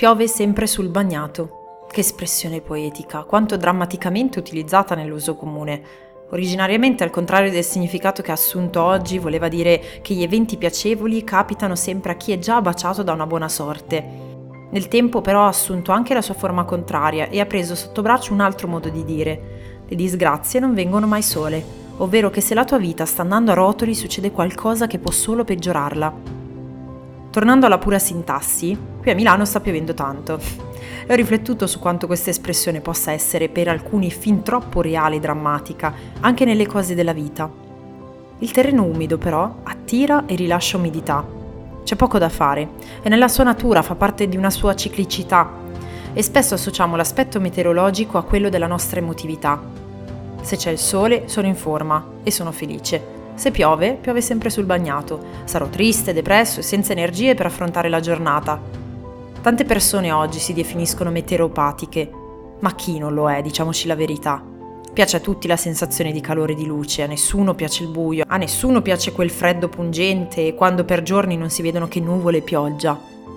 Piove sempre sul bagnato. Che espressione poetica, quanto drammaticamente utilizzata nell'uso comune. Originariamente, al contrario del significato che ha assunto oggi, voleva dire che gli eventi piacevoli capitano sempre a chi è già baciato da una buona sorte. Nel tempo però ha assunto anche la sua forma contraria e ha preso sotto braccio un altro modo di dire. Le disgrazie non vengono mai sole, ovvero che se la tua vita sta andando a rotoli succede qualcosa che può solo peggiorarla. Tornando alla pura sintassi, qui a Milano sta piovendo tanto. E ho riflettuto su quanto questa espressione possa essere per alcuni fin troppo reale e drammatica, anche nelle cose della vita. Il terreno umido però attira e rilascia umidità. C'è poco da fare, è nella sua natura, fa parte di una sua ciclicità e spesso associamo l'aspetto meteorologico a quello della nostra emotività. Se c'è il sole, sono in forma e sono felice. Se piove, piove sempre sul bagnato. Sarò triste, depresso e senza energie per affrontare la giornata. Tante persone oggi si definiscono meteoropatiche, ma chi non lo è, diciamoci la verità. Piace a tutti la sensazione di calore e di luce, a nessuno piace il buio, a nessuno piace quel freddo pungente quando per giorni non si vedono che nuvole e pioggia.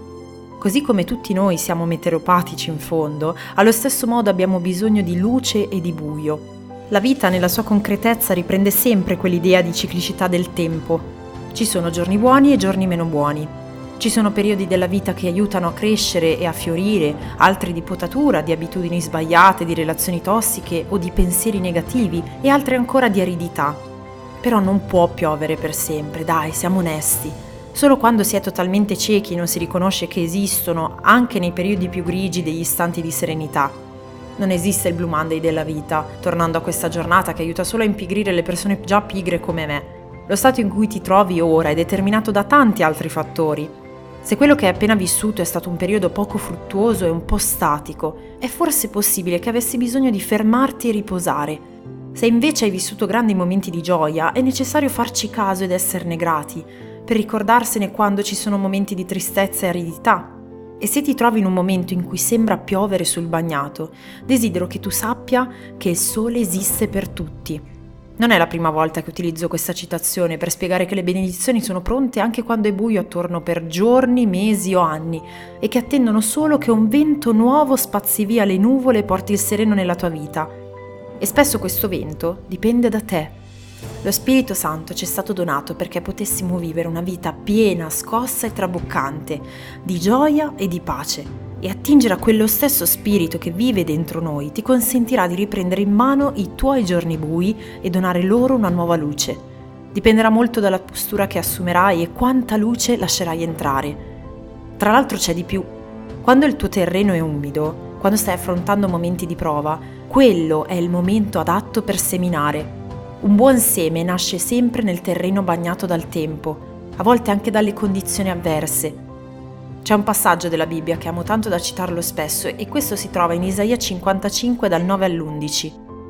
Così come tutti noi siamo meteoropatici in fondo, allo stesso modo abbiamo bisogno di luce e di buio. La vita nella sua concretezza riprende sempre quell'idea di ciclicità del tempo. Ci sono giorni buoni e giorni meno buoni. Ci sono periodi della vita che aiutano a crescere e a fiorire, altri di potatura, di abitudini sbagliate, di relazioni tossiche o di pensieri negativi e altri ancora di aridità. Però non può piovere per sempre, dai, siamo onesti. Solo quando si è totalmente ciechi non si riconosce che esistono, anche nei periodi più grigi, degli istanti di serenità. Non esiste il Blue Monday della vita, tornando a questa giornata che aiuta solo a impigrire le persone già pigre come me. Lo stato in cui ti trovi ora è determinato da tanti altri fattori. Se quello che hai appena vissuto è stato un periodo poco fruttuoso e un po' statico, è forse possibile che avessi bisogno di fermarti e riposare. Se invece hai vissuto grandi momenti di gioia, è necessario farci caso ed esserne grati, per ricordarsene quando ci sono momenti di tristezza e aridità. E se ti trovi in un momento in cui sembra piovere sul bagnato, desidero che tu sappia che il sole esiste per tutti. Non è la prima volta che utilizzo questa citazione per spiegare che le benedizioni sono pronte anche quando è buio attorno per giorni, mesi o anni e che attendono solo che un vento nuovo spazzi via le nuvole e porti il sereno nella tua vita. E spesso questo vento dipende da te. Lo Spirito Santo ci è stato donato perché potessimo vivere una vita piena, scossa e traboccante, di gioia e di pace, e attingere a quello stesso Spirito che vive dentro noi ti consentirà di riprendere in mano i tuoi giorni bui e donare loro una nuova luce. Dipenderà molto dalla postura che assumerai e quanta luce lascerai entrare. Tra l'altro c'è di più. Quando il tuo terreno è umido, quando stai affrontando momenti di prova, quello è il momento adatto per seminare. Un buon seme nasce sempre nel terreno bagnato dal tempo, a volte anche dalle condizioni avverse. C'è un passaggio della Bibbia che amo tanto da citarlo spesso e questo si trova in Isaia 55 dal 9 all'11.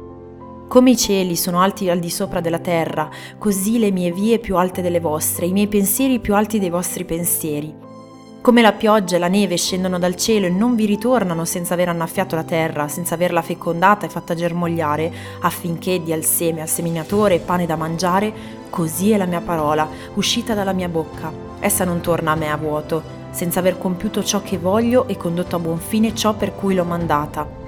Come i cieli sono alti al di sopra della terra, così le mie vie più alte delle vostre, i miei pensieri più alti dei vostri pensieri. Come la pioggia e la neve scendono dal cielo e non vi ritornano senza aver annaffiato la terra, senza averla fecondata e fatta germogliare, affinché dia al seme, al seminatore, pane da mangiare, così è la mia parola, uscita dalla mia bocca. Essa non torna a me a vuoto, senza aver compiuto ciò che voglio e condotto a buon fine ciò per cui l'ho mandata.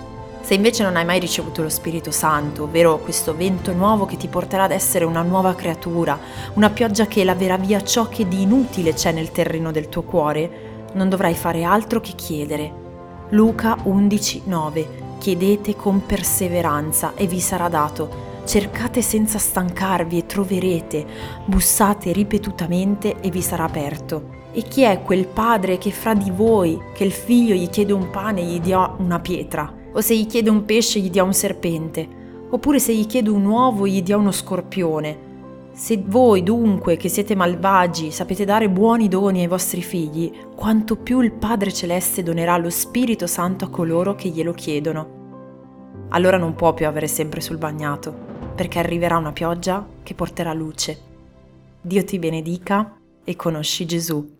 Se invece non hai mai ricevuto lo Spirito Santo, ovvero questo vento nuovo che ti porterà ad essere una nuova creatura, una pioggia che laverà via ciò che di inutile c'è nel terreno del tuo cuore, non dovrai fare altro che chiedere. Luca 11,9 Chiedete con perseveranza e vi sarà dato. Cercate senza stancarvi e troverete. Bussate ripetutamente e vi sarà aperto. E chi è quel padre che fra di voi, che il figlio gli chiede un pane e gli dia una pietra? O se gli chiede un pesce gli dia un serpente? Oppure se gli chiede un uovo gli dia uno scorpione? Se voi dunque, che siete malvagi, sapete dare buoni doni ai vostri figli, quanto più il Padre Celeste donerà lo Spirito Santo a coloro che glielo chiedono. Allora non può piovere sempre sul bagnato, perché arriverà una pioggia che porterà luce. Dio ti benedica e conosci Gesù.